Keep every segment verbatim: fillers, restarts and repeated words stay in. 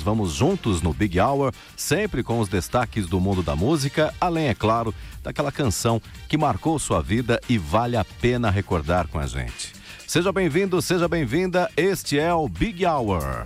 vezes vamos juntos no Big Hour, sempre com os destaques do mundo da música, além, é claro, daquela canção que marcou sua vida e vale a pena recordar com a gente. Seja bem-vindo, seja bem-vinda, este é o Big Hour.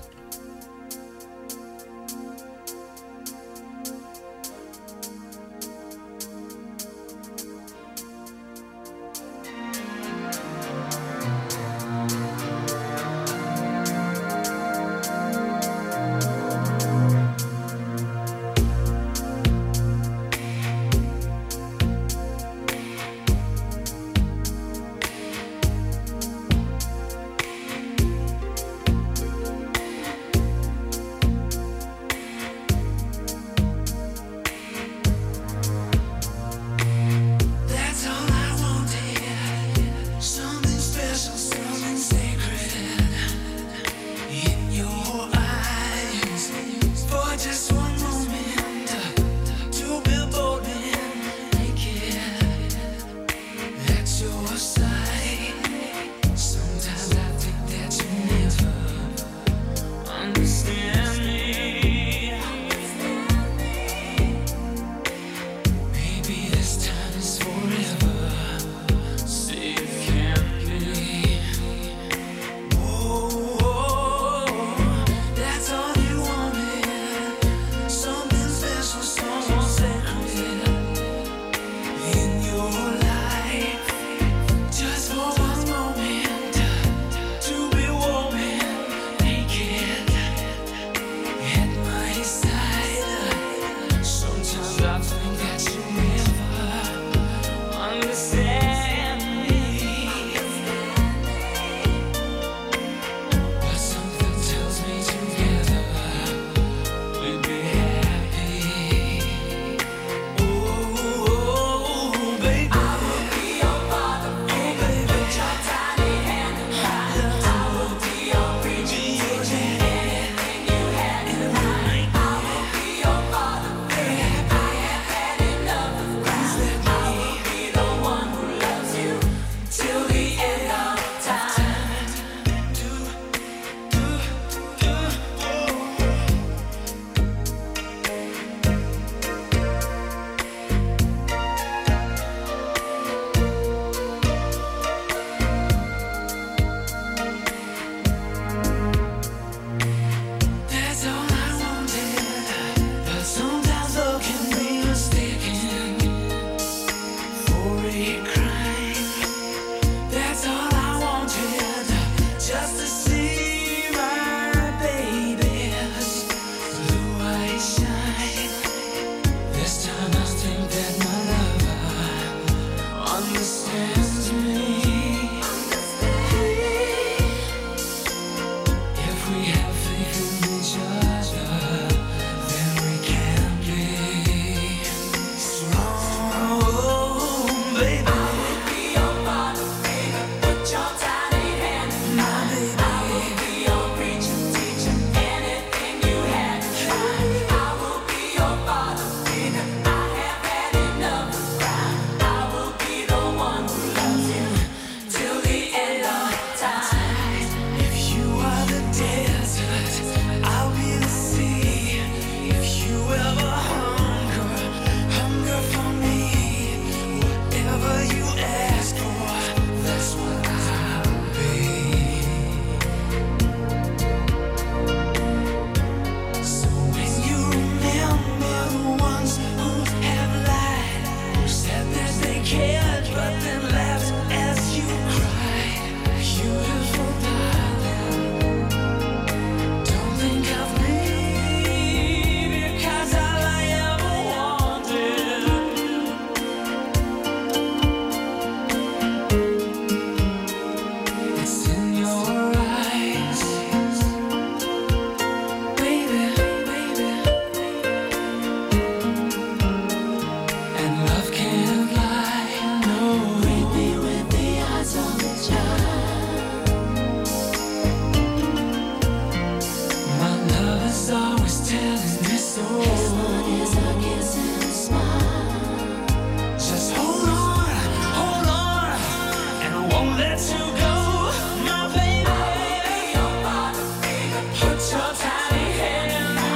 Put your tiny hand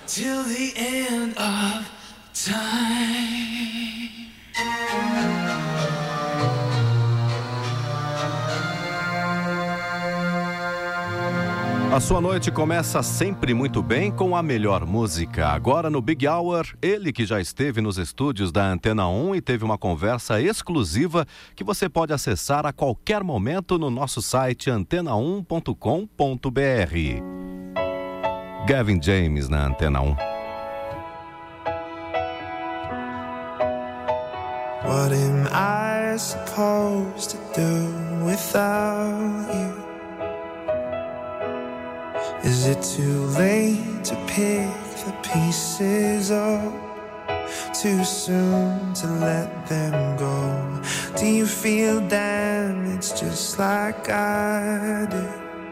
till the end of time. A sua noite começa sempre muito bem com a melhor música. Agora no Big Hour, ele que já esteve nos estúdios da Antena um e teve uma conversa exclusiva que você pode acessar a qualquer momento no nosso site antena um ponto com ponto b r. Gavin James na Antena um. What am I supposed to do without you? Is it too late to pick the pieces up? Too soon to let them go? Do you feel damaged just like I do?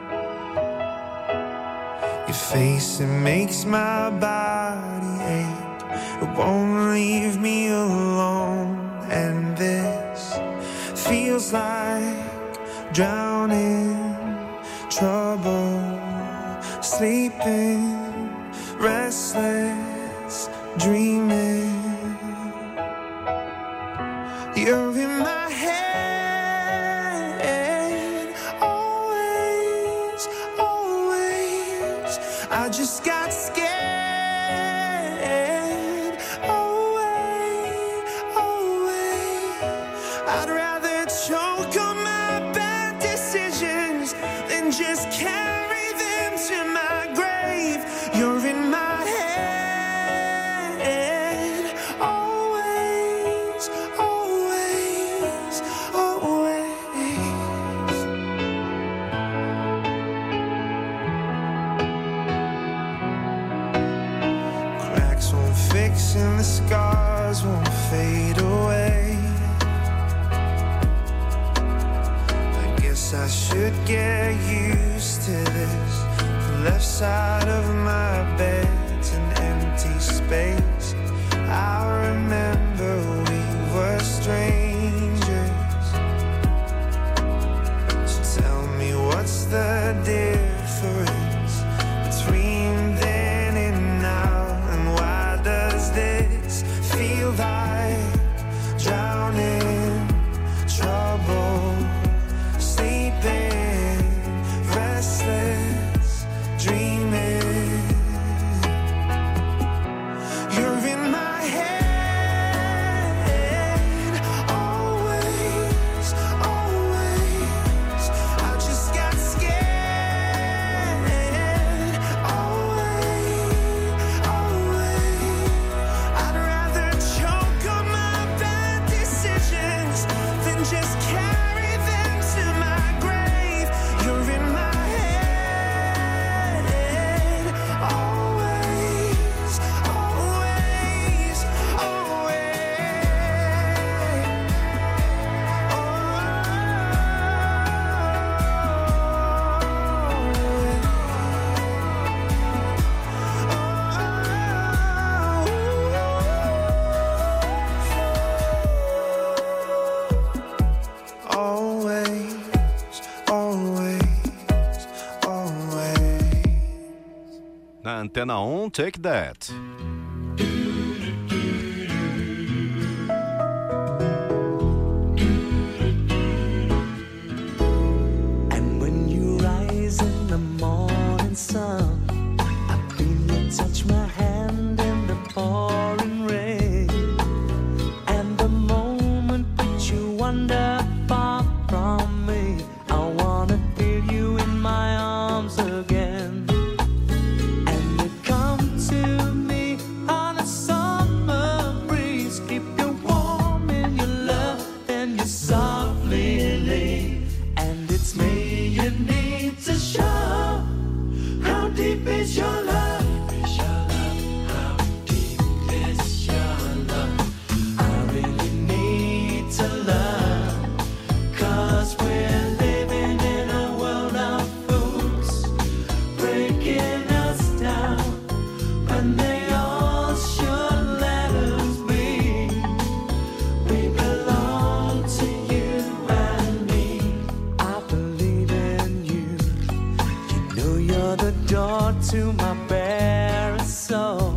Your face, it makes my body ache. It won't leave me alone. And this feels like drowning, trouble, sleeping, restless, dreaming. You're in my head, always, always. I just got scared. Away, away. I'd rather choke on my bad decisions than just carry them to my grave. You're in my head, always, always, always. Cracks won't fix and the scars won't fade away. I guess I should get used to this. The left side of my bed's an empty space. I remember we were strangers. So tell me, what's the difference between then and now? And why does this feel like drowning, trouble, sleeping, restless, dreaming? You're in my head, always, always. I just got scared. Away, away. I'd rather choke on my bad decisions than just carry them to my grave. You're in my head, always, always, always. Always, always, always. Na Antena um, Take That. And when you rise in the morning sun, I feel you touch my hand in the pouring rain. And the moment that you wander far from me, I wanna feel you in my arms again. And you come to me on a summer breeze, keep you warm in your love, then you softly leave. And it's me you need to show. How deep is your love? How deep is your love? I really need to love, 'cause we're living in a world of fools, breaking us down when they all should let us be. We belong to you and me. I believe in you. You know you're the door to my bare soul.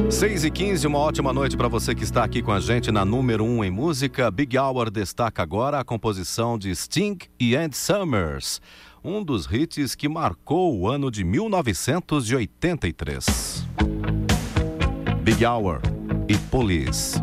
seis e quinze, uma ótima noite para você que está aqui com a gente na número um em música. Big Hour destaca agora a composição de Sting e Ann Summers, um dos hits que marcou o ano de mil novecentos e oitenta e três. Big Hour e Police.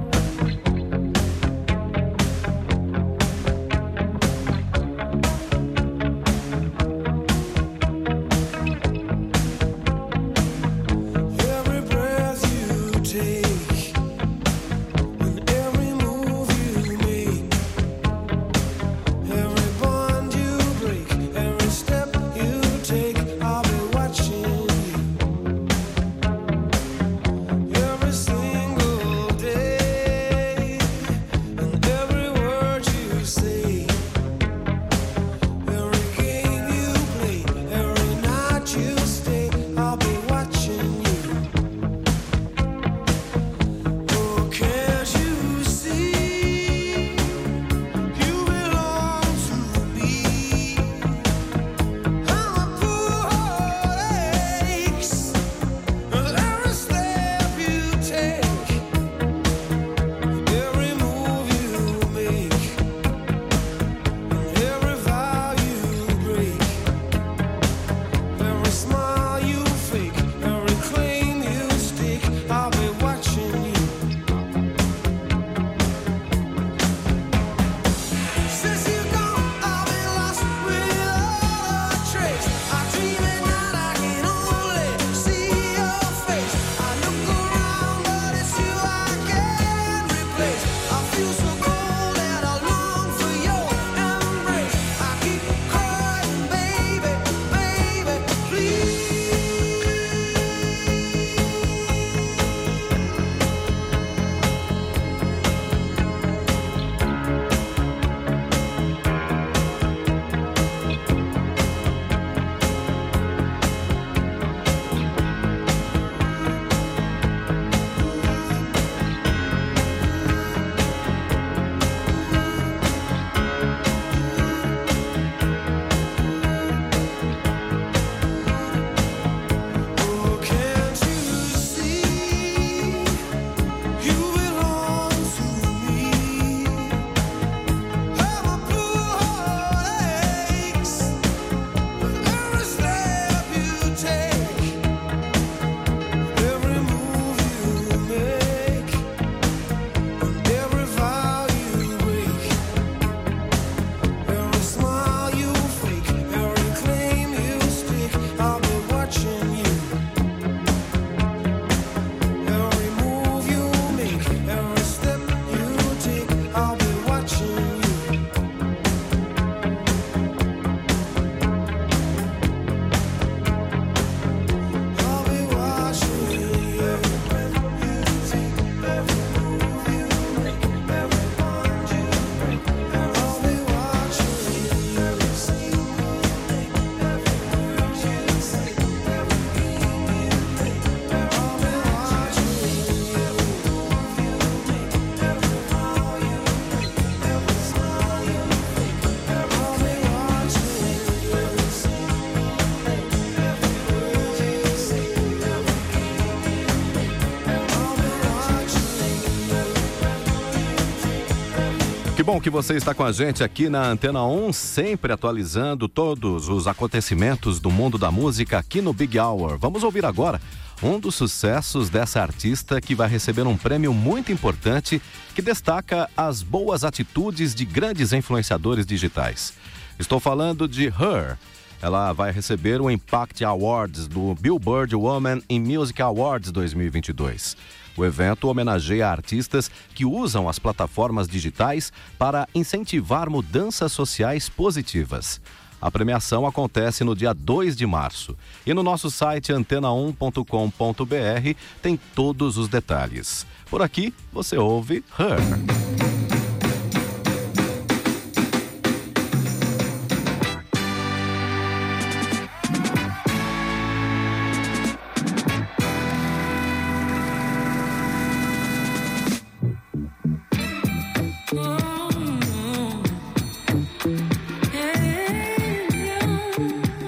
Que bom que você está com a gente aqui na Antena um, sempre atualizando todos os acontecimentos do mundo da música aqui no Big Hour. Vamos ouvir agora um dos sucessos dessa artista que vai receber um prêmio muito importante que destaca as boas atitudes de grandes influenciadores digitais. Estou falando de Her. Ela vai receber o Impact Awards do Billboard Women in Music Awards dois mil e vinte e dois. O evento homenageia artistas que usam as plataformas digitais para incentivar mudanças sociais positivas. A premiação acontece no dia dois de março. E no nosso site antena um ponto com ponto b r tem todos os detalhes. Por aqui, você ouve Her.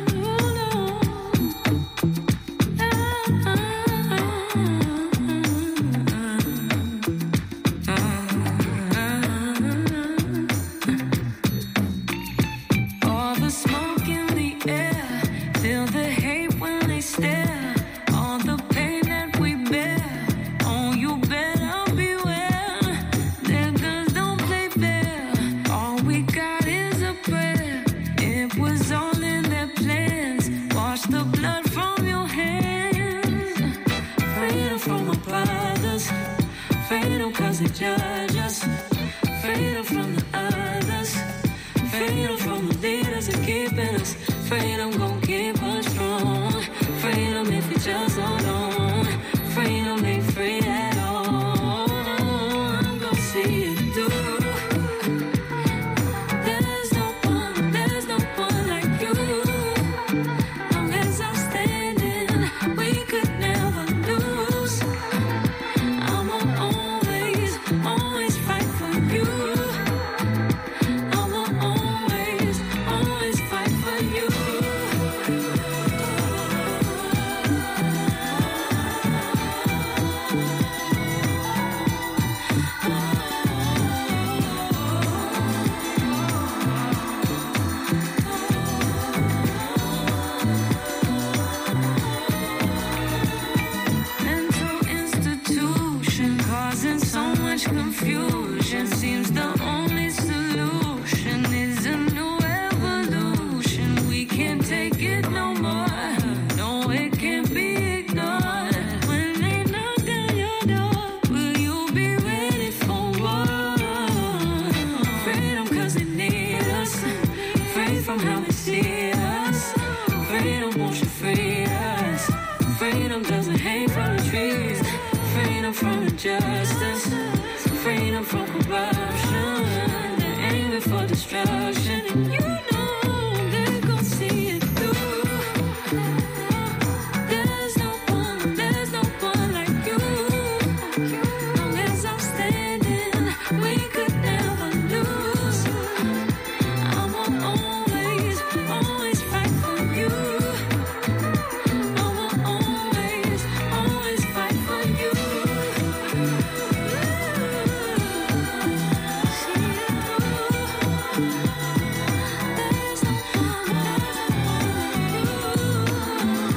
Mm-hmm. from our brothers, freedom cause they judge us, freedom from the others, freedom from the leaders that keeping us, freedom gon' keep us strong, freedom if we just hold on, freedom ain't free at all, I'm gon' see it through. There's no one, there's no one like you. Long as I'm standing, we could never lose. I will always, always fight for you. I will always, always fight for you. Mental institution causing so much confusion. Seems the only solution is a new evolution. We can't take it no more. No, it can't be ignored. When they knock down your door, will you be ready for war? Freedom cause they need us. Free from how they see us. Freedom won't you free us? Freedom doesn't hang from the trees. Freedom from injustice. Freedom from corruption. They're aiming for destruction. And you know they're gon' see it through. There's no one, there's no one like you. Long as I'm standing, we could never lose. I will always, always fight for you. I will always, always fight for you. See it through. There's no one, there's no one like you.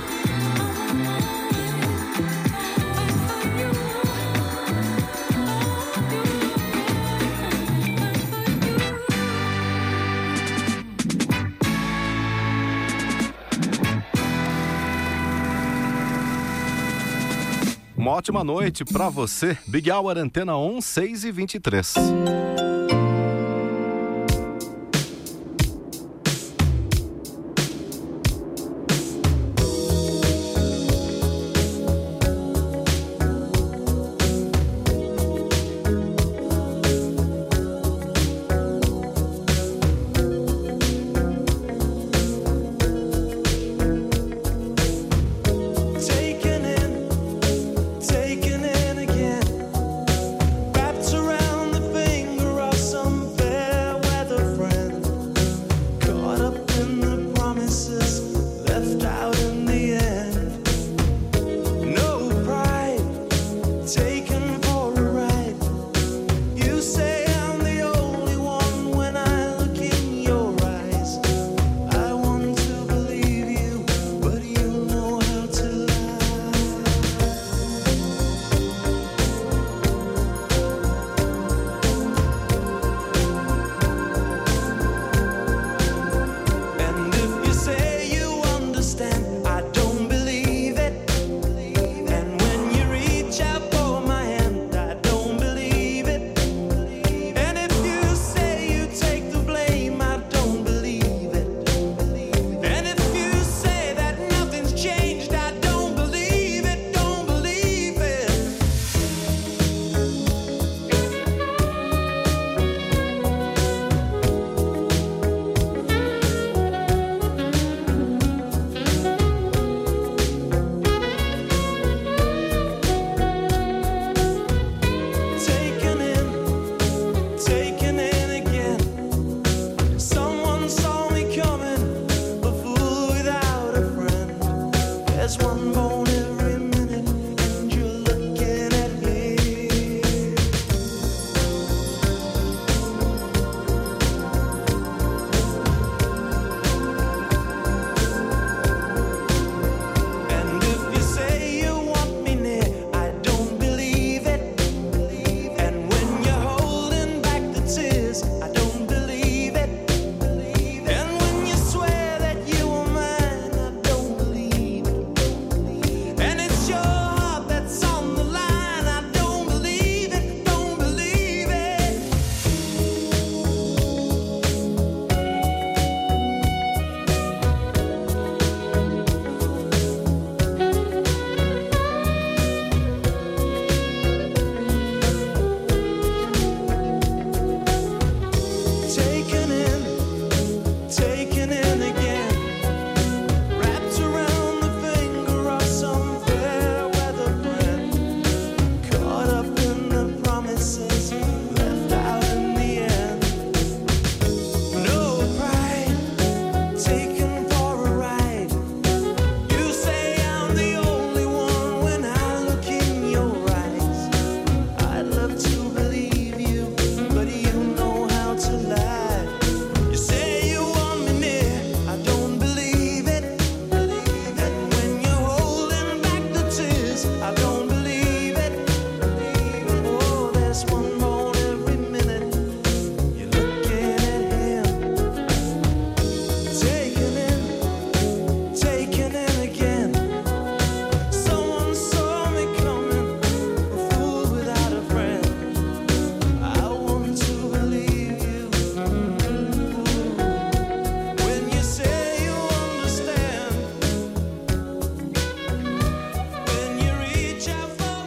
Uma ótima noite pra você. Big Hour Antena um, seis e vinte e três. Taken in, taken in again, wrapped around the finger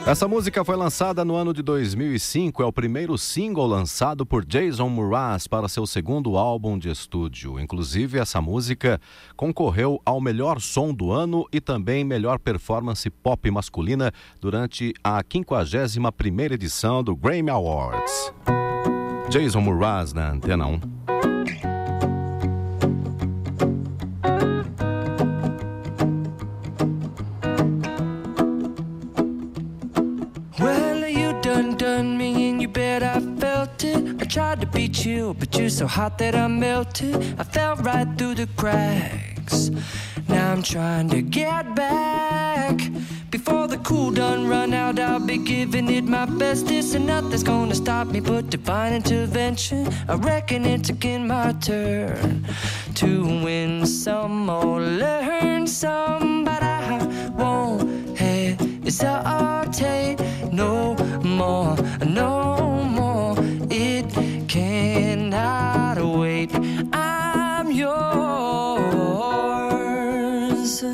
Essa música foi lançada no ano de dois mil e cinco, é o primeiro single lançado por Jason Mraz para seu segundo álbum de estúdio. Inclusive, essa música concorreu ao melhor som do ano e também melhor performance pop masculina durante a quinquagésima primeira edição do Grammy Awards. Jason Mraz na Antena um. Done me and you bet I felt it. I tried to beat you, but you're so hot that I melted. I fell right through the cracks. Now I'm trying to get back. Before the cool done run out, I'll be giving it my bestest, and nothing's gonna stop me but divine intervention. I reckon it's again my turn to win some or learn some, but I won't hesitate no more, no more. It cannot wait. I'm yours.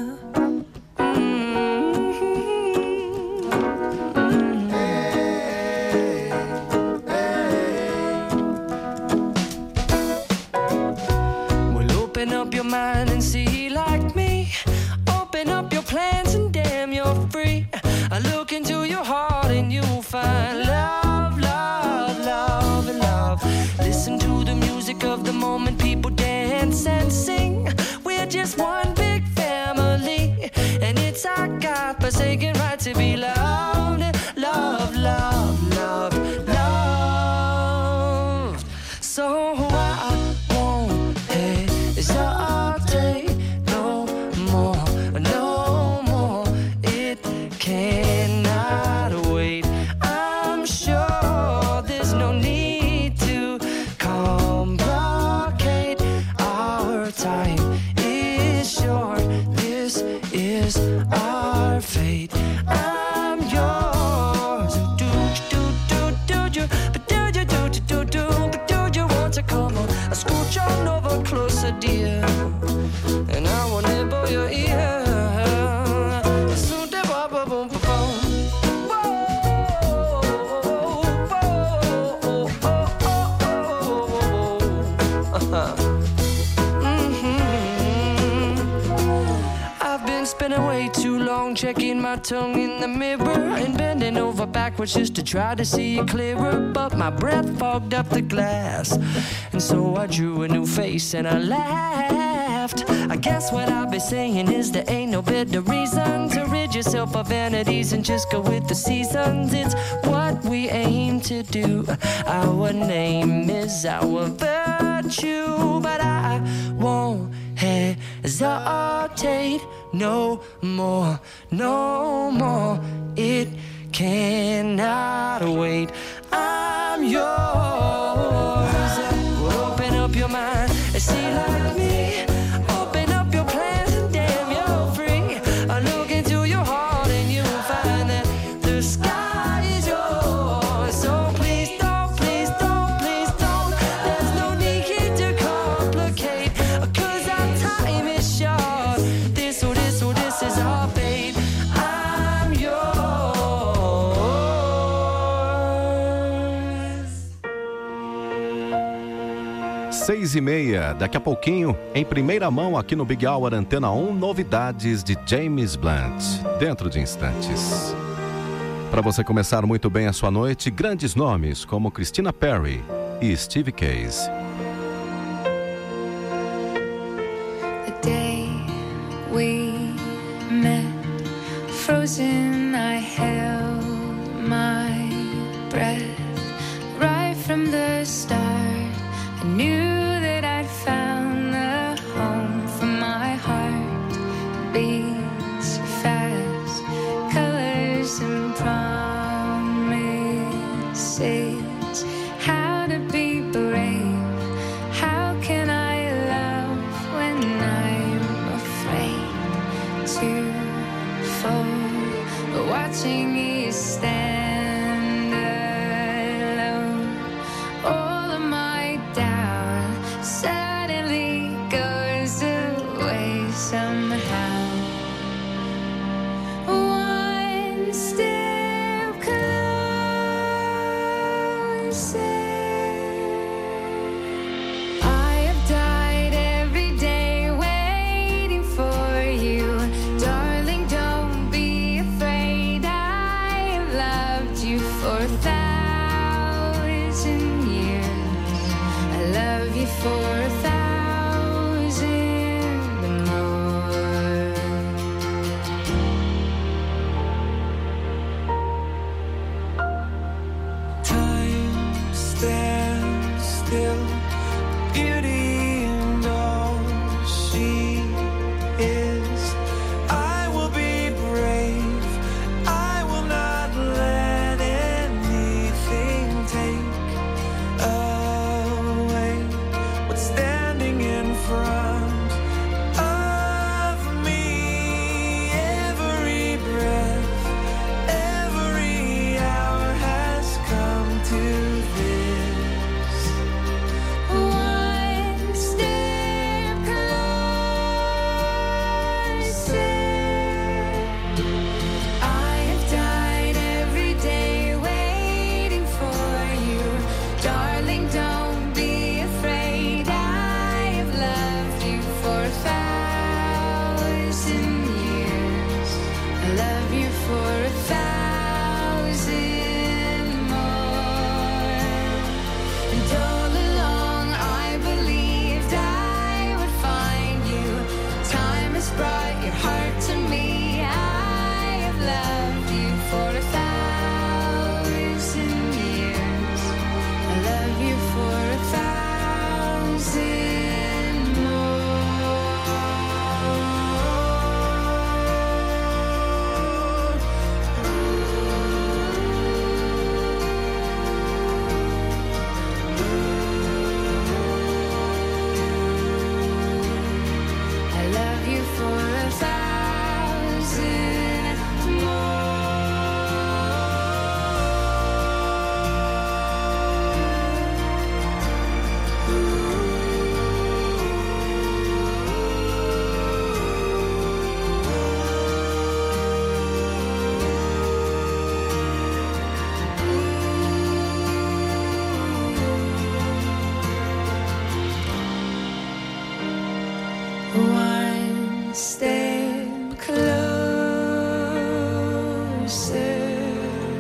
Open up your mind and see like me. Open up your plans and damn, you're free. I look into your heart and you'll find love, love, love, and love. Listen to the music of the moment, people dance and sing. We're just one big family, and it's our God-forsaken right to be loved, love, love, love, loved. So I won't hesitate no more, no more. It cannot wait. I'm sure there's no need to complicate. Our time is short. This is our fate. I'm yours. Do do do do do, but do you do do do do, but do you want to come on? I scooch on over closer, dear, and I will nibble your ear. Soon to bop bop boom boom boom. I've been spending way too long checking my tongue in the mirror and bending over backwards just to try to see it clearer, but my breath fogged up the glass, and so I drew a new face and I laughed. I guess what I'll be saying is there ain't no better reason to rid yourself of vanities and just go with the seasons. It's what we aim to do. Our name is our virtue, but I won't hesitate no more, no more. It cannot wait. I'm yours. Open up your mind and see like me. Open up your plans and damn, you're free. I look into your heart and you'll find that the sky is yours. So please don't, please don't, please don't. There's no need to complicate, 'cause our time is short. This or this or this is our fate. I'm yours. Seis e meia, daqui a pouquinho, em primeira mão aqui no Big Hour Antena um, novidades de James Blunt, dentro de instantes. Para você começar muito bem a sua noite, grandes nomes como Christina Perri e Steve Case. The day we met, frozen, I held my breath. Right from the start, I knew that I'd found the home for my heart. Beats fast, colors and promises. How to be brave, how can I love when I'm afraid to fall loved you for a thousand years. I love you for a thousand more. Time stands still, beauty and all she is. I will be brave, I will not let anything take away what's standing in front of me. Every breath, every hour has come to this. One step closer. I have died every day waiting for you. Darling, don't be afraid. I have loved you for a thousand years. I love you for a thousand more. And all along I believed I would find you. Time has brought your heart to me. I have loved you for a thousand years. I love you for a thousand more. I love you for a thousand One step closer.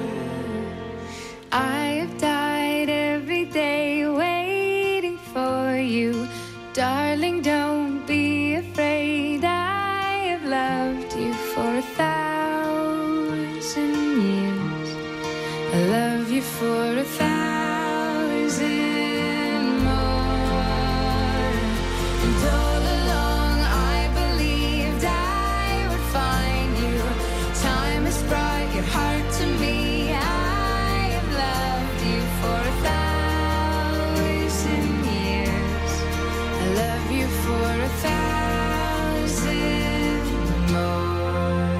I have died every day waiting for you. Darling, don't be afraid. I have loved you for a thousand years. I love you for a thousand more. And all along I believed I would find you. Time has brought your heart to me. I have loved you for a thousand years. I love you for a thousand more.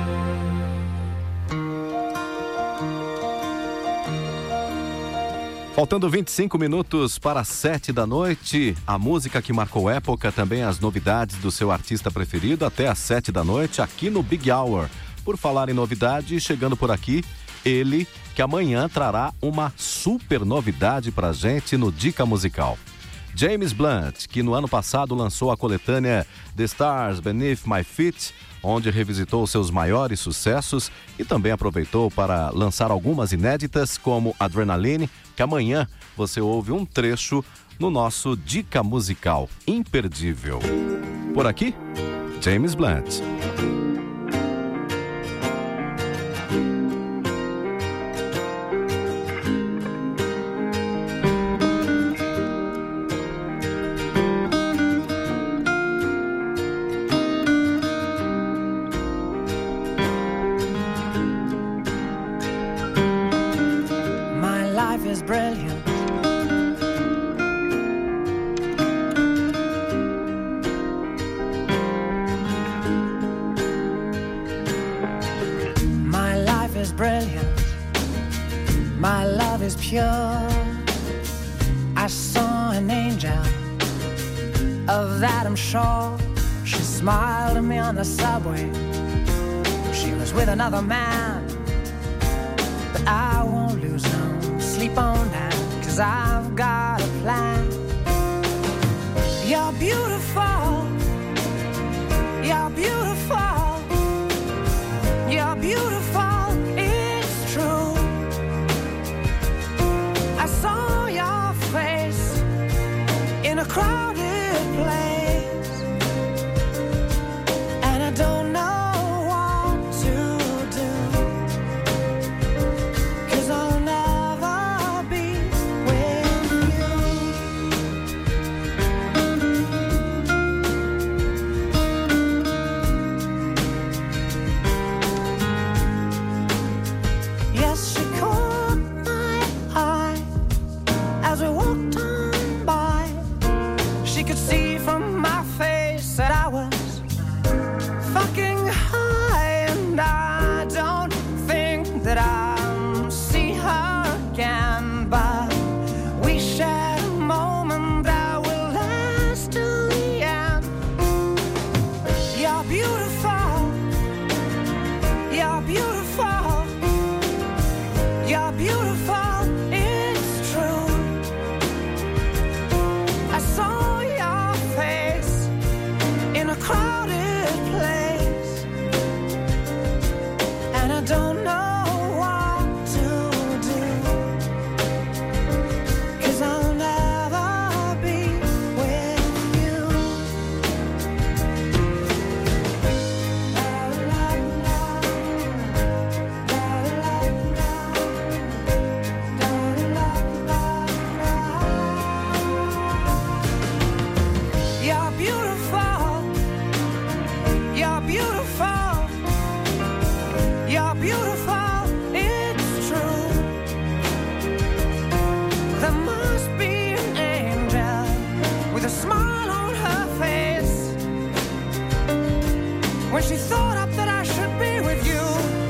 Faltando vinte e cinco minutos para as sete da noite, a música que marcou época, também as novidades do seu artista preferido até às sete da noite aqui no Big Hour. Por falar em novidade, chegando por aqui, ele que amanhã trará uma super novidade pra gente no Dica Musical. James Blunt, que no ano passado lançou a coletânea The Stars Beneath My Feet, onde revisitou seus maiores sucessos e também aproveitou para lançar algumas inéditas como Adrenaline, que amanhã você ouve um trecho no nosso Dica Musical imperdível. Por aqui, James Blunt. Is brilliant. My life is brilliant. My love is pure. I saw an angel, of that I'm sure. She smiled at me on the subway. She was with another man, but I won't lose no sleep on that, 'cause I've got a plan. You're beautiful, you're beautiful, you're beautiful, it's true. You're beautiful, it's true. I saw your face in a crowded place, and I don't know what to do, 'cause I'll never be with you. You're beautiful, you're beautiful, you're beautiful, it's true. There must be an angel with a smile on her face when she thought up that I should be with you.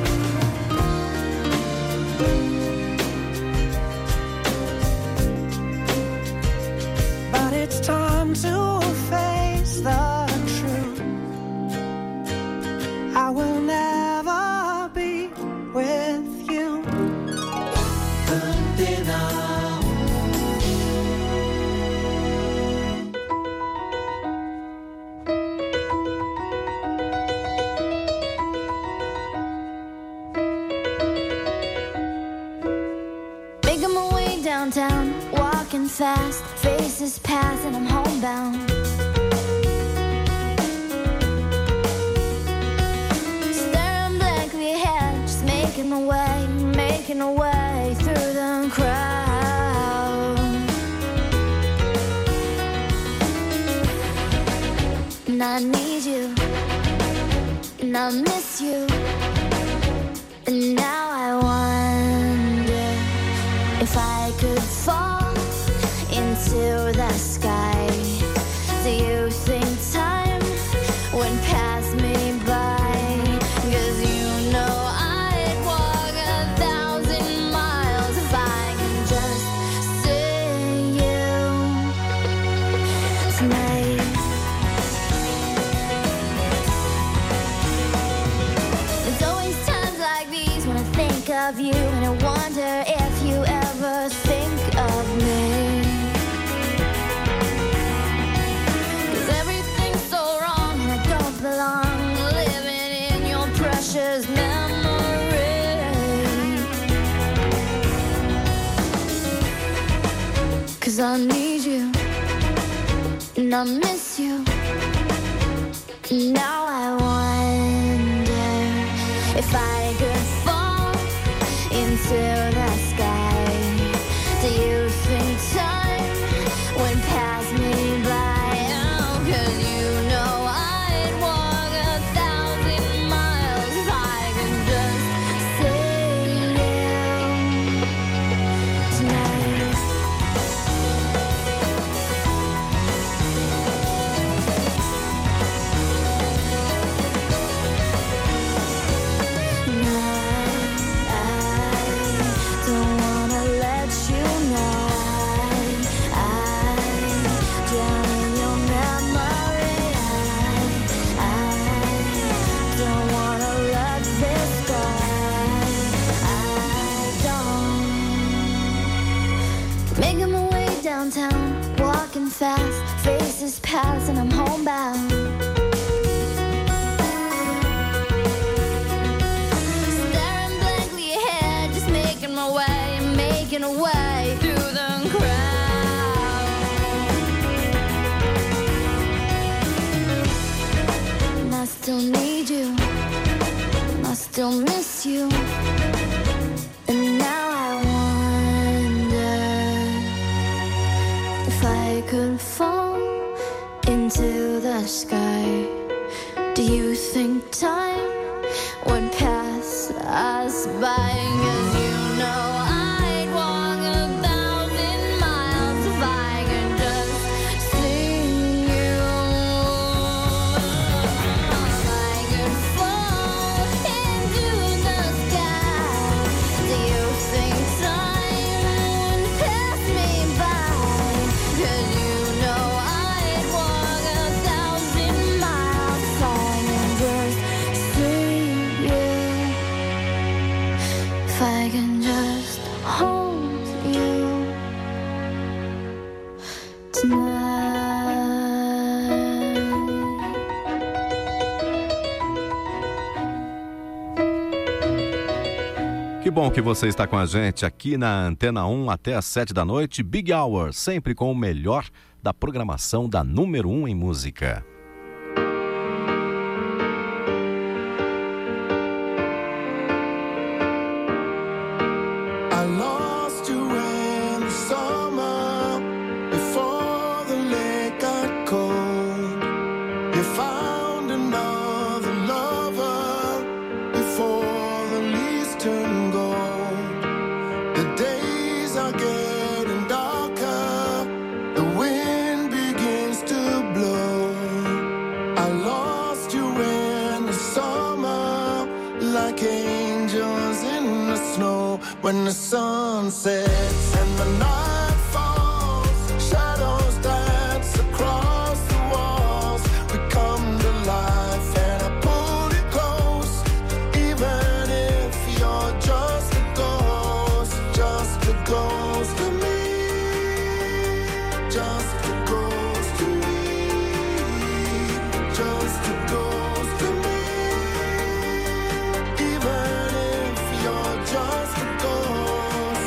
But it's time to face the truth. I will never be with you. Making my way downtown, walking fast, faces pass and I'm homebound. Staring blankly ahead, just making my way, making my way through the crowd. And I need you, and I miss you, and now I wonder if I could fall into the sky. Do you think time would pass me by? 'Cause you know I'd walk a thousand miles if I could just see you tonight. There's always times like these when I think of you, and I wonder if you ever think of me. 'Cause everything's so wrong and I don't belong, living in your precious memory. 'Cause I need you, and I miss you, and now I wonder if I could fall into the sky. Do you think time would pass me by? Oh, 'cause you know I'd walk a thousand miles if I could just see you tonight. And I don't wanna let you know I, I drown in your memory. I, I don't wanna let this go. I don't. Making my way downtown, walking fast, faces pass and I'm homebound. Staring blankly ahead, just making my way, making a way through the crowd. And I still need you, and I still miss you, and now I wonder if I could fall into the sky. Do you think time would pass us by? 'Cause you know I'd walk a thousand miles if I could just see you. If I could fall into the sky. Que bom que você está com a gente aqui na Antena um até às sete da noite. Big Hour, sempre com o melhor da programação da número um em música. I lost you in the summer before the lake got cold. You found another lover before the leaves turn gold. The days are getting darker, the wind begins to blow. I lost you in the summer like angels in the snow. When the sun sets and the night falls, shadows dance across the walls. We come to life and I pull you close, even if you're just a ghost, just a ghost to me, just a ghost to me, just a ghost to me, even if you're just a ghost.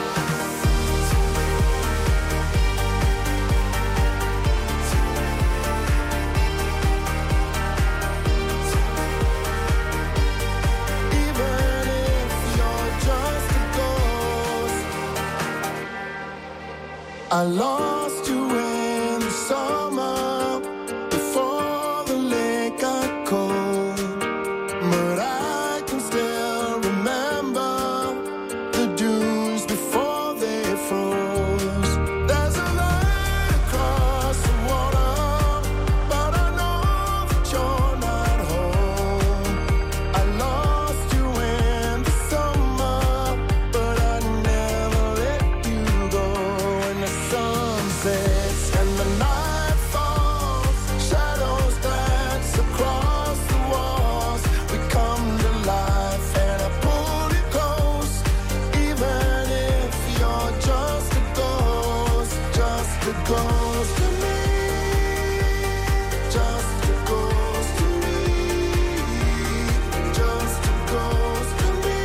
Even if you're just a ghost. I lost you in the summer before the lake got cold, but I can still remember the dunes before they froze. There's a line across the water, but I know that you're not home. I lost you in the summer, but I never let you go. When the sun sets and the night falls, shadows dance across the walls. We come to life and I pull you close, even if you're just a ghost, just a ghost to me, just a ghost to me, just a ghost to me,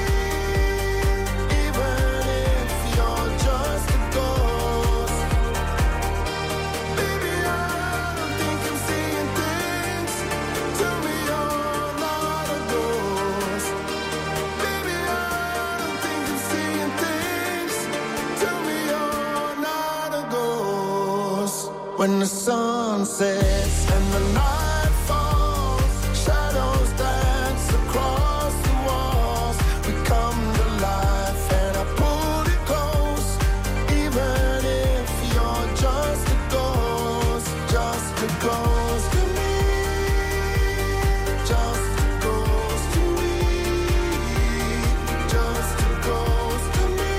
even if you're just a ghost. Baby, I don't think I'm seeing things. Tell me you're not a ghost. Baby, I don't think I'm seeing things. Tell me you're not a ghost. When the sun sets and the night falls, shadows dance across the walls. We come to life and I pull you close, even if you're just a ghost, just a ghost to me, just a ghost to me, just a ghost to me,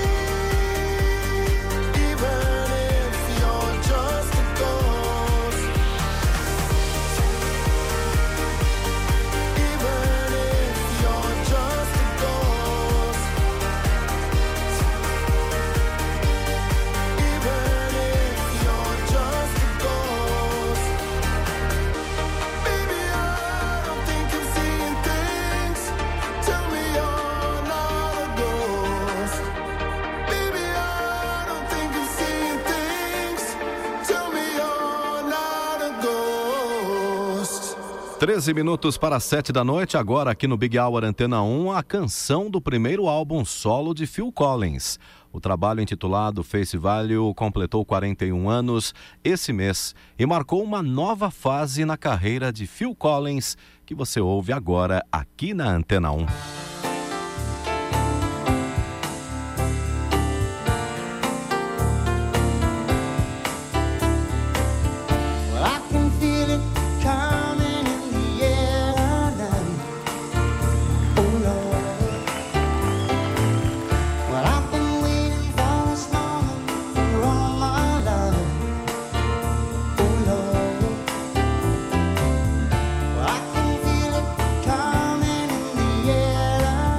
even if you're just a ghost, even if you're just a ghost, even if you're just a ghost. Baby, I don't think I'm seeing things. Tell me you're not a ghost. Baby, I don't think I'm seeing things. Tell me you're not a ghost. treze minutos para sete da noite, agora aqui no Big Hour Antena um, a canção do primeiro álbum solo de Phil Collins. O trabalho intitulado Face Value completou quarenta e um anos esse mês e marcou uma nova fase na carreira de Phil Collins, que você ouve agora aqui na Antena um. Well, I can feel it coming in the air now. Oh Lord. Well, I've been waiting for this moment for all my love. Oh Lord. Well, I can feel it coming in the air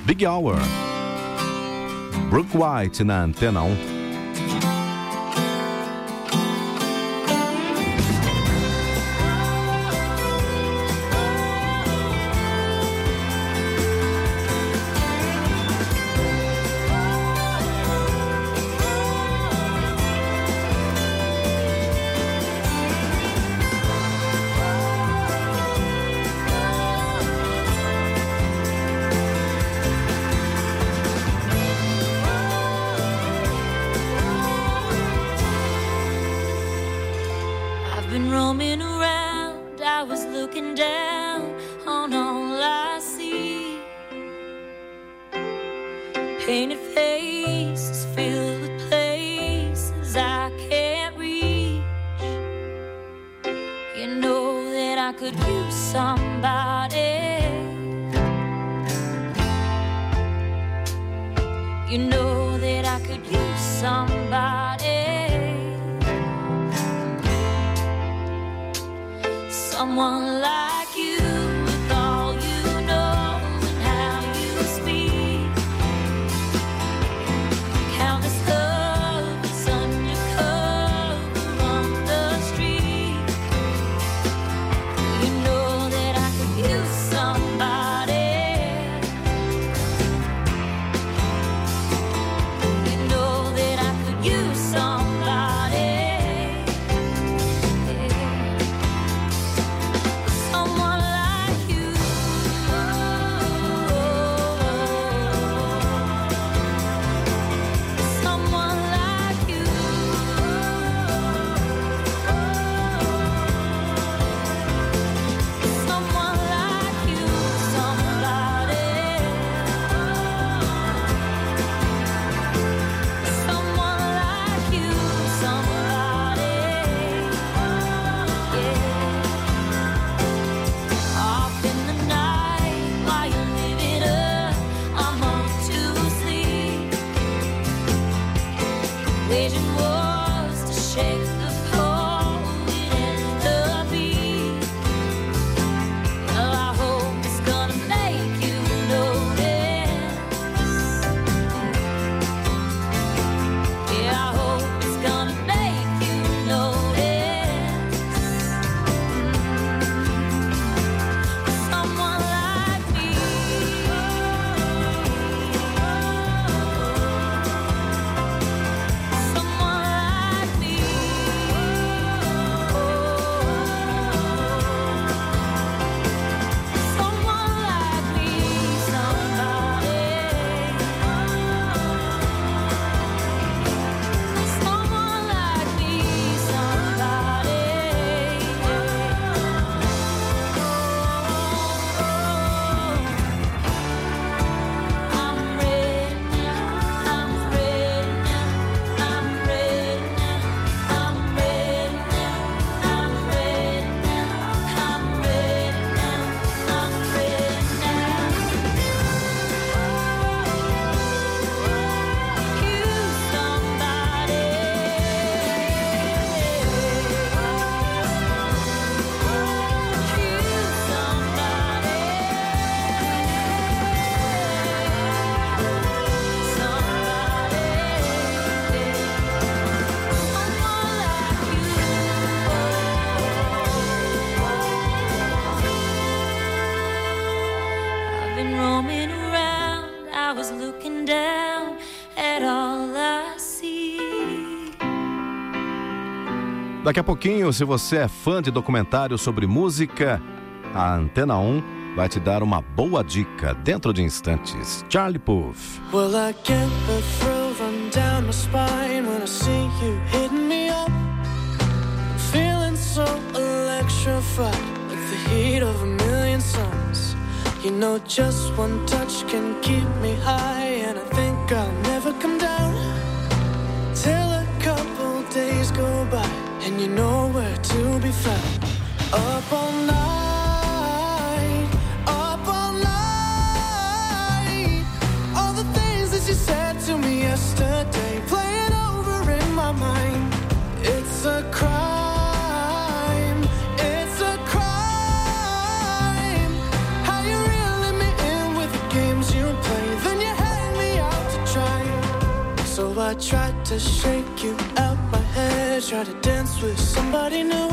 Big Hour. Brooke White na Antena um. Roaming around, I was looking down on all I see. Painted faces filled with places I can't reach. You know that I could use somebody. You know that I could use somebody. Someone like you, with all you know and how you speak. Countless lovers undercover on the street. You know that I could use somebody. You know that I could use somebody. Vision was to shake the cold in the beat. Well, I hope it's gonna make you notice. Yeah, I hope it's gonna make you notice. Someone like me. Roaming around, I was looking down at all I see. Daqui a pouquinho, se você é fã de documentários sobre música, a Antena um vai te dar uma boa dica dentro de instantes. Charlie Puth. Well, I get the thrill run down my spine when I see you hitting me up. I'm feeling so electrified, like the heat of a million suns. You know, just one touch can keep me high, and I think I'll never come down till a couple days go by, and you know where to be found. Up all night, up all night. All the things that you said to me yesterday, playing over in my mind. It's a crime, it's a crime. How you reeling me in with the games you play. I tried to shake you out my head, tried to dance with somebody new,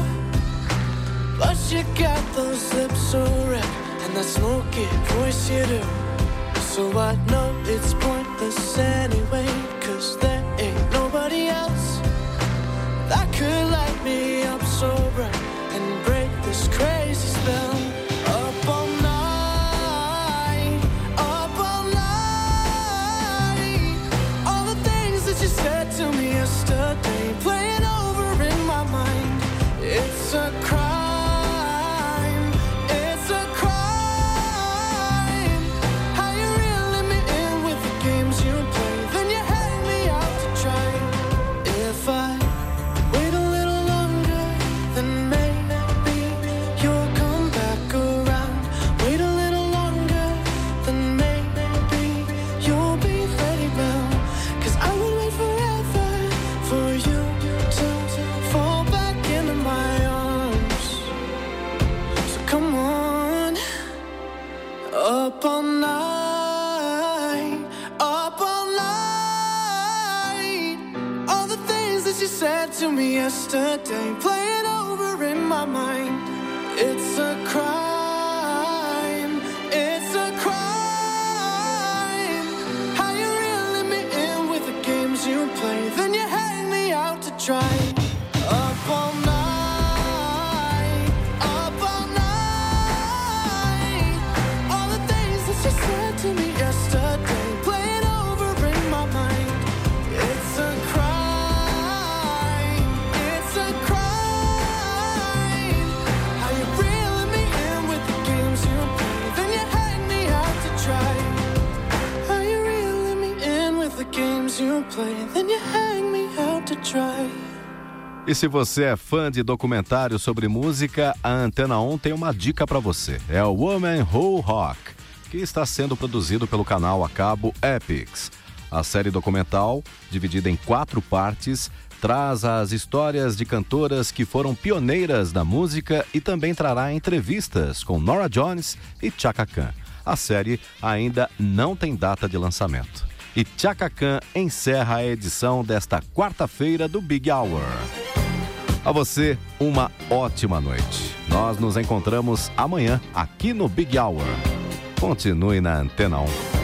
but you got those lips so red and that smoky voice you do. So I know it's pointless anyway, 'cause there ain't nobody else that could light me up so bright and break this crazy spell. Up all night, up all night. All the things that you said to me yesterday playing over in my mind. It's a crime, it's a crime. How you reeling me in with the games you play, then you hang me out to dry. If I wait a little longer, then maybe you'll come back around. Wait a little longer, then maybe you'll be ready now. 'Cause I would wait forever for you to fall back into my arms. So come on, up all night, up all night. All the things that you said to me yesterday playing over in my mind. It's a crime, it's a crime. How you reeling me in with the games you play, then you hang me out to dry. Up all night, up all night. All the things that you said to me yesterday playing over in my mind. It's a crime, it's a crime. How you reeling me in with the games you play, then you hang me out to dry. How you reeling me in with the games you play, then you hang me out to dry. E se você é fã de documentário sobre música, a Antena um tem uma dica para você. É o Woman Who Rock, que está sendo produzido pelo canal a cabo Epix. A série documental, dividida em quatro partes, traz as histórias de cantoras que foram pioneiras da música e também trará entrevistas com Norah Jones e Chaka Khan. A série ainda não tem data de lançamento. E Chaka Khan encerra a edição desta quarta-feira do Big Hour. A você, uma ótima noite. Nós nos encontramos amanhã aqui no Big Hour. Continue na Antena um.